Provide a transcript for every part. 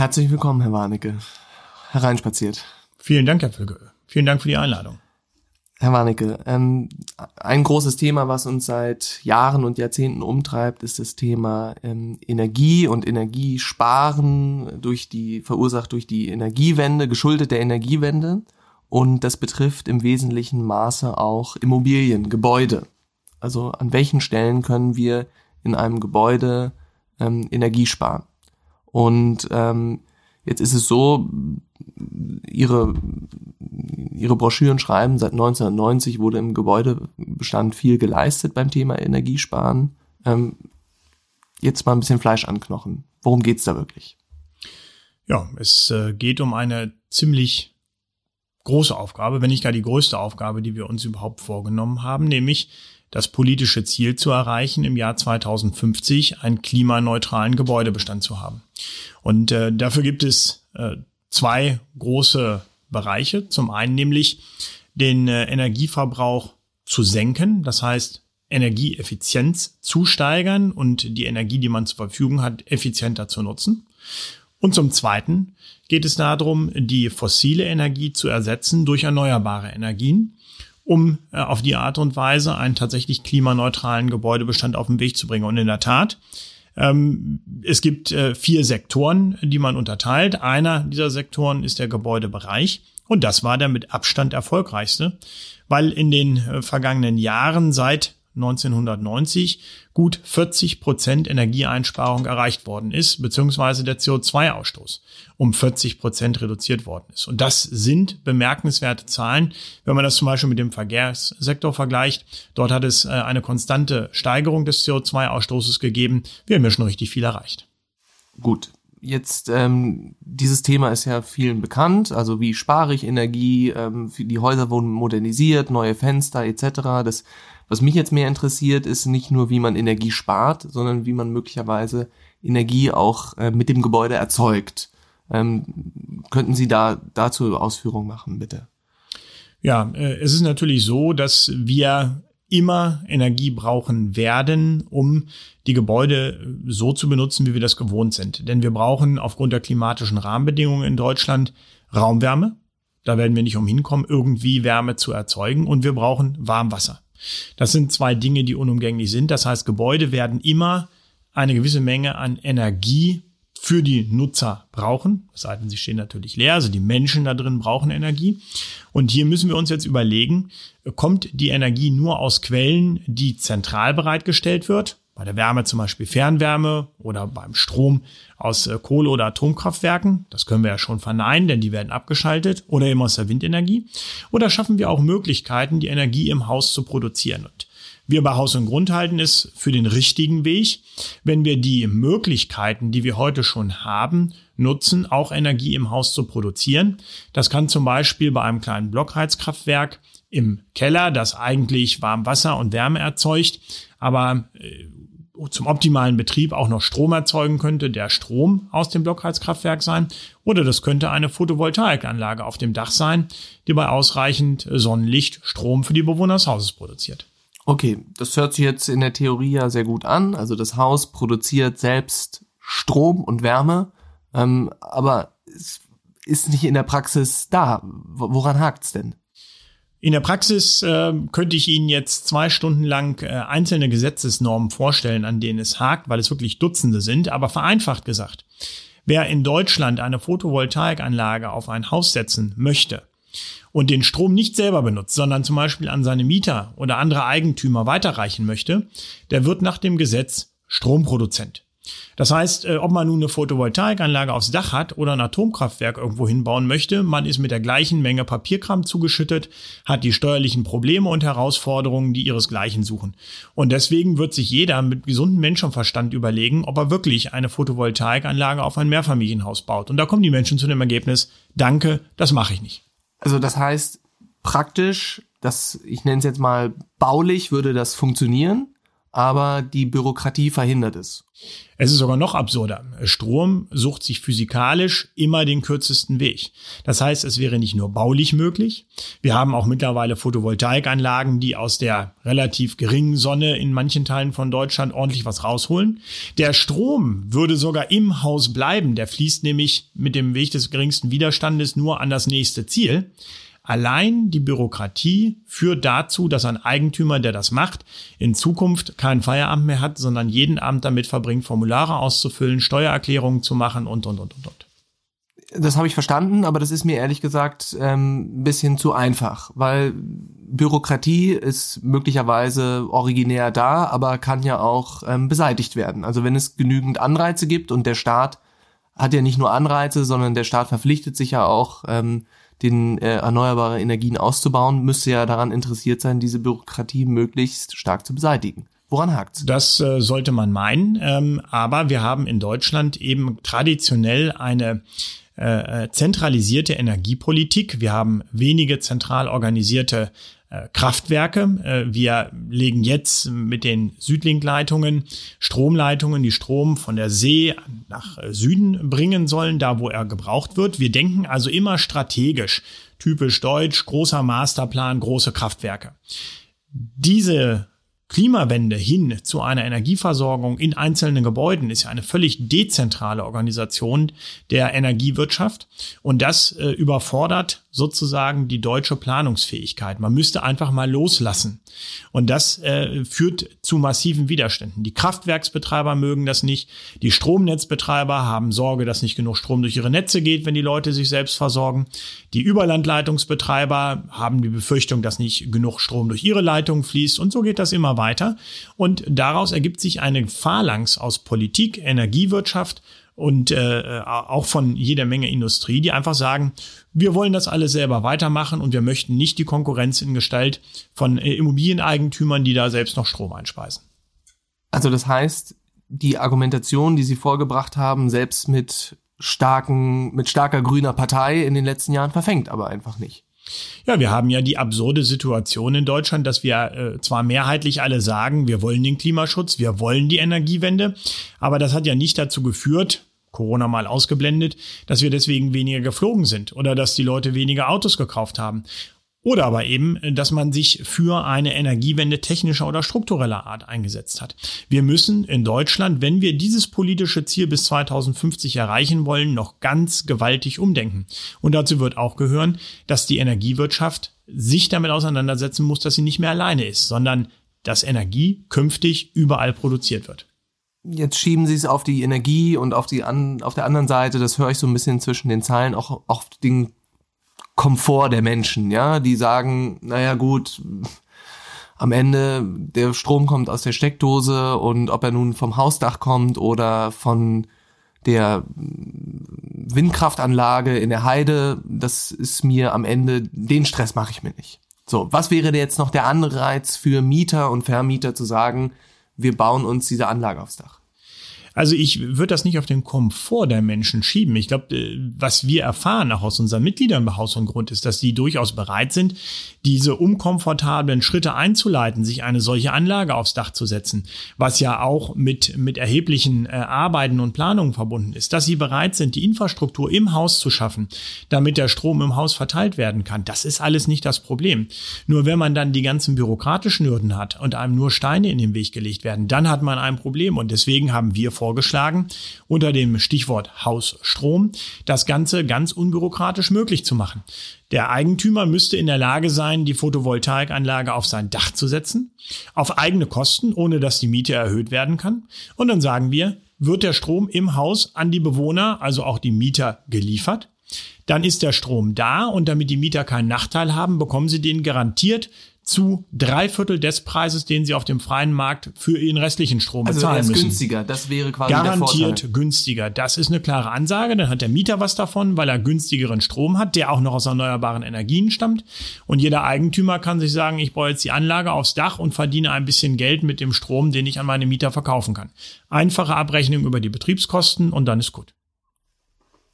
Herzlich willkommen, Herr Warnecke. Hereinspaziert. Vielen Dank, Herr Völke. Vielen Dank für die Einladung. Herr Warnecke, ein großes Thema, was uns seit Jahren und Jahrzehnten umtreibt, ist das Thema Energie und Energiesparen verursacht durch die Energiewende, geschuldet der Energiewende. Und das betrifft im wesentlichen Maße auch Immobilien, Gebäude. Also an welchen Stellen können wir in einem Gebäude Energie sparen? Und jetzt ist es so, Ihre Broschüren schreiben, seit 1990 wurde im Gebäudebestand viel geleistet beim Thema Energiesparen. Jetzt mal ein bisschen Fleisch an Knochen. Worum geht's da wirklich? Ja, es geht um eine ziemlich große Aufgabe, wenn nicht gar die größte Aufgabe, die wir uns überhaupt vorgenommen haben, nämlich das politische Ziel zu erreichen, im Jahr 2050 einen klimaneutralen Gebäudebestand zu haben. Und dafür gibt es zwei große Bereiche. Zum einen nämlich den Energieverbrauch zu senken, das heißt Energieeffizienz zu steigern und die Energie, die man zur Verfügung hat, effizienter zu nutzen. Und zum Zweiten geht es darum, die fossile Energie zu ersetzen durch erneuerbare Energien, um auf die Art und Weise einen tatsächlich klimaneutralen Gebäudebestand auf den Weg zu bringen. Und in der Tat, es gibt 4 Sektoren, die man unterteilt. Einer dieser Sektoren ist der Gebäudebereich. Und das war der mit Abstand erfolgreichste, weil in den vergangenen Jahren seit 1990 gut 40% Energieeinsparung erreicht worden ist, beziehungsweise der CO2-Ausstoß um 40% reduziert worden ist. Und das sind bemerkenswerte Zahlen, wenn man das zum Beispiel mit dem Verkehrssektor vergleicht. Dort hat es eine konstante Steigerung des CO2-Ausstoßes gegeben. Wir haben ja schon richtig viel erreicht. Gut. Jetzt, dieses Thema ist ja vielen bekannt, also wie spare ich Energie, die Häuser wurden modernisiert, neue Fenster etc. Was mich jetzt mehr interessiert, ist nicht nur, wie man Energie spart, sondern wie man möglicherweise Energie auch mit dem Gebäude erzeugt. Könnten Sie dazu Ausführungen machen, bitte? Ja, es ist natürlich so, dass wir immer Energie brauchen werden, um die Gebäude so zu benutzen, wie wir das gewohnt sind. Denn wir brauchen aufgrund der klimatischen Rahmenbedingungen in Deutschland Raumwärme. Da werden wir nicht umhin kommen, irgendwie Wärme zu erzeugen. Und wir brauchen Warmwasser. Das sind 2 Dinge, die unumgänglich sind. Das heißt, Gebäude werden immer eine gewisse Menge an Energie für die Nutzer brauchen. Es sei denn, sie stehen natürlich leer, also die Menschen da drin brauchen Energie. Und hier müssen wir uns jetzt überlegen, kommt die Energie nur aus Quellen, die zentral bereitgestellt wird? Bei der Wärme zum Beispiel Fernwärme oder beim Strom aus Kohle- oder Atomkraftwerken. Das können wir ja schon verneinen, denn die werden abgeschaltet. Oder eben aus der Windenergie. Oder schaffen wir auch Möglichkeiten, die Energie im Haus zu produzieren? Und wir bei Haus und Grund halten es für den richtigen Weg, wenn wir die Möglichkeiten, die wir heute schon haben, nutzen, auch Energie im Haus zu produzieren. Das kann zum Beispiel bei einem kleinen Blockheizkraftwerk im Keller, das eigentlich Warmwasser und Wärme erzeugt, aber zum optimalen Betrieb auch noch Strom erzeugen könnte, der Strom aus dem Blockheizkraftwerk sein. Oder das könnte eine Photovoltaikanlage auf dem Dach sein, die bei ausreichend Sonnenlicht Strom für die Bewohner des Hauses produziert. Okay, das hört sich jetzt in der Theorie ja sehr gut an. Also das Haus produziert selbst Strom und Wärme, aber es ist nicht in der Praxis da. Woran hakt's denn? In der Praxis könnte ich Ihnen jetzt 2 Stunden lang einzelne Gesetzesnormen vorstellen, an denen es hakt, weil es wirklich Dutzende sind. Aber vereinfacht gesagt, wer in Deutschland eine Photovoltaikanlage auf ein Haus setzen möchte und den Strom nicht selber benutzt, sondern zum Beispiel an seine Mieter oder andere Eigentümer weiterreichen möchte, der wird nach dem Gesetz Stromproduzent. Das heißt, ob man nun eine Photovoltaikanlage aufs Dach hat oder ein Atomkraftwerk irgendwo hinbauen möchte, man ist mit der gleichen Menge Papierkram zugeschüttet, hat die steuerlichen Probleme und Herausforderungen, die ihresgleichen suchen. Und deswegen wird sich jeder mit gesundem Menschenverstand überlegen, ob er wirklich eine Photovoltaikanlage auf ein Mehrfamilienhaus baut. Und da kommen die Menschen zu dem Ergebnis, danke, das mache ich nicht. Also das heißt, praktisch, ich nenne es jetzt mal baulich, würde das funktionieren, aber die Bürokratie verhindert es. Es ist sogar noch absurder. Strom sucht sich physikalisch immer den kürzesten Weg. Das heißt, es wäre nicht nur baulich möglich. Wir haben auch mittlerweile Photovoltaikanlagen, die aus der relativ geringen Sonne in manchen Teilen von Deutschland ordentlich was rausholen. Der Strom würde sogar im Haus bleiben. Der fließt nämlich mit dem Weg des geringsten Widerstandes nur an das nächste Ziel. Allein die Bürokratie führt dazu, dass ein Eigentümer, der das macht, in Zukunft keinen Feierabend mehr hat, sondern jeden Abend damit verbringt, Formulare auszufüllen, Steuererklärungen zu machen und. Das habe ich verstanden, aber das ist mir ehrlich gesagt ein bisschen zu einfach, weil Bürokratie ist möglicherweise originär da, aber kann ja auch beseitigt werden. Also wenn es genügend Anreize gibt und der Staat hat ja nicht nur Anreize, sondern der Staat verpflichtet sich ja auch, erneuerbare Energien auszubauen, müsste ja daran interessiert sein, diese Bürokratie möglichst stark zu beseitigen. Woran hakt's? Das sollte man meinen, aber wir haben in Deutschland eben traditionell eine zentralisierte Energiepolitik. Wir haben wenige zentral organisierte Kraftwerke. Wir legen jetzt mit den Südlink-Leitungen Stromleitungen, die Strom von der See nach Süden bringen sollen, da wo er gebraucht wird. Wir denken also immer strategisch, typisch deutsch, großer Masterplan, große Kraftwerke. Diese Klimawende hin zu einer Energieversorgung in einzelnen Gebäuden ist ja eine völlig dezentrale Organisation der Energiewirtschaft und das überfordert sozusagen die deutsche Planungsfähigkeit. Man müsste einfach mal loslassen und das führt zu massiven Widerständen. Die Kraftwerksbetreiber mögen das nicht, die Stromnetzbetreiber haben Sorge, dass nicht genug Strom durch ihre Netze geht, wenn die Leute sich selbst versorgen. Die Überlandleitungsbetreiber haben die Befürchtung, dass nicht genug Strom durch ihre Leitungen fließt und so geht das immer weiter. Und daraus ergibt sich eine Phalanx aus Politik, Energiewirtschaft und auch von jeder Menge Industrie, die einfach sagen, wir wollen das alles selber weitermachen und wir möchten nicht die Konkurrenz in Gestalt von Immobilieneigentümern, die da selbst noch Strom einspeisen. Also das heißt, die Argumentation, die Sie vorgebracht haben, selbst mit starker grüner Partei in den letzten Jahren verfängt aber einfach nicht. Ja, wir haben ja die absurde Situation in Deutschland, dass wir zwar mehrheitlich alle sagen, wir wollen den Klimaschutz, wir wollen die Energiewende, aber das hat ja nicht dazu geführt, Corona mal ausgeblendet, dass wir deswegen weniger geflogen sind oder dass die Leute weniger Autos gekauft haben. Oder aber eben, dass man sich für eine Energiewende technischer oder struktureller Art eingesetzt hat. Wir müssen in Deutschland, wenn wir dieses politische Ziel bis 2050 erreichen wollen, noch ganz gewaltig umdenken. Und dazu wird auch gehören, dass die Energiewirtschaft sich damit auseinandersetzen muss, dass sie nicht mehr alleine ist, sondern dass Energie künftig überall produziert wird. Jetzt schieben Sie es auf die Energie und auf der anderen Seite, das höre ich so ein bisschen zwischen den Zeilen, auch auf den Komfort der Menschen, ja, die sagen, naja gut, am Ende der Strom kommt aus der Steckdose und ob er nun vom Hausdach kommt oder von der Windkraftanlage in der Heide, das ist mir am Ende, den Stress mache ich mir nicht. So, was wäre jetzt noch der Anreiz für Mieter und Vermieter zu sagen, wir bauen uns diese Anlage aufs Dach? Also ich würde das nicht auf den Komfort der Menschen schieben. Ich glaube, was wir erfahren, auch aus unseren Mitgliedern bei Haus und Grund, ist, dass die durchaus bereit sind, diese unkomfortablen Schritte einzuleiten, sich eine solche Anlage aufs Dach zu setzen, was ja auch mit erheblichen Arbeiten und Planungen verbunden ist, dass sie bereit sind, die Infrastruktur im Haus zu schaffen, damit der Strom im Haus verteilt werden kann. Das ist alles nicht das Problem. Nur wenn man dann die ganzen bürokratischen Hürden hat und einem nur Steine in den Weg gelegt werden, dann hat man ein Problem. Und deswegen haben wir vorgeschlagen, unter dem Stichwort Hausstrom, das Ganze ganz unbürokratisch möglich zu machen. Der Eigentümer müsste in der Lage sein, die Photovoltaikanlage auf sein Dach zu setzen, auf eigene Kosten, ohne dass die Miete erhöht werden kann. Und dann sagen wir, wird der Strom im Haus an die Bewohner, also auch die Mieter, geliefert. Dann ist der Strom da und damit die Mieter keinen Nachteil haben, bekommen sie den garantiert zu 3/4 des Preises, den sie auf dem freien Markt für ihren restlichen Strom bezahlen müssen. Also günstiger, das wäre quasi der Vorteil. Garantiert günstiger, das ist eine klare Ansage, dann hat der Mieter was davon, weil er günstigeren Strom hat, der auch noch aus erneuerbaren Energien stammt und jeder Eigentümer kann sich sagen, ich baue jetzt die Anlage aufs Dach und verdiene ein bisschen Geld mit dem Strom, den ich an meine Mieter verkaufen kann. Einfache Abrechnung über die Betriebskosten und dann ist gut.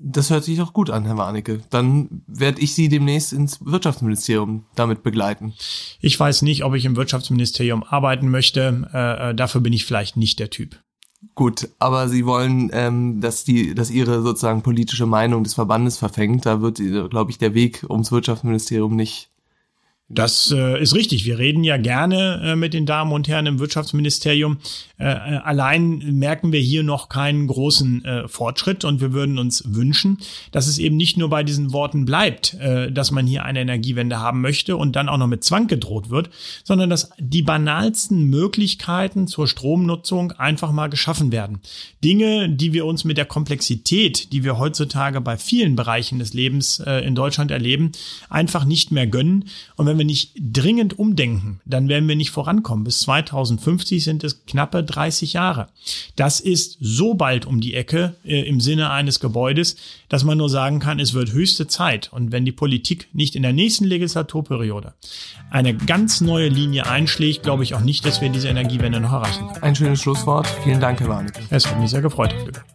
Das hört sich doch gut an, Herr Warnecke. Dann werde ich Sie demnächst ins Wirtschaftsministerium damit begleiten. Ich weiß nicht, ob ich im Wirtschaftsministerium arbeiten möchte. Dafür bin ich vielleicht nicht der Typ. Gut, aber Sie wollen, dass Ihre sozusagen politische Meinung des Verbandes verfängt. Da wird, glaube ich, der Weg ums Wirtschaftsministerium nicht. Das ist richtig. Wir reden ja gerne mit den Damen und Herren im Wirtschaftsministerium. Allein merken wir hier noch keinen großen Fortschritt und wir würden uns wünschen, dass es eben nicht nur bei diesen Worten bleibt, dass man hier eine Energiewende haben möchte und dann auch noch mit Zwang gedroht wird, sondern dass die banalsten Möglichkeiten zur Stromnutzung einfach mal geschaffen werden. Dinge, die wir uns mit der Komplexität, die wir heutzutage bei vielen Bereichen des Lebens in Deutschland erleben, einfach nicht mehr gönnen. Und wenn wir nicht dringend umdenken, dann werden wir nicht vorankommen. Bis 2050 sind es knappe 30 Jahre. Das ist so bald um die Ecke im Sinne eines Gebäudes, dass man nur sagen kann, es wird höchste Zeit. Und wenn die Politik nicht in der nächsten Legislaturperiode eine ganz neue Linie einschlägt, glaube ich auch nicht, dass wir diese Energiewende noch erreichen können. Ein schönes Schlusswort. Vielen Dank, Herr Warnecke. Es hat mich sehr gefreut, Herr Glück.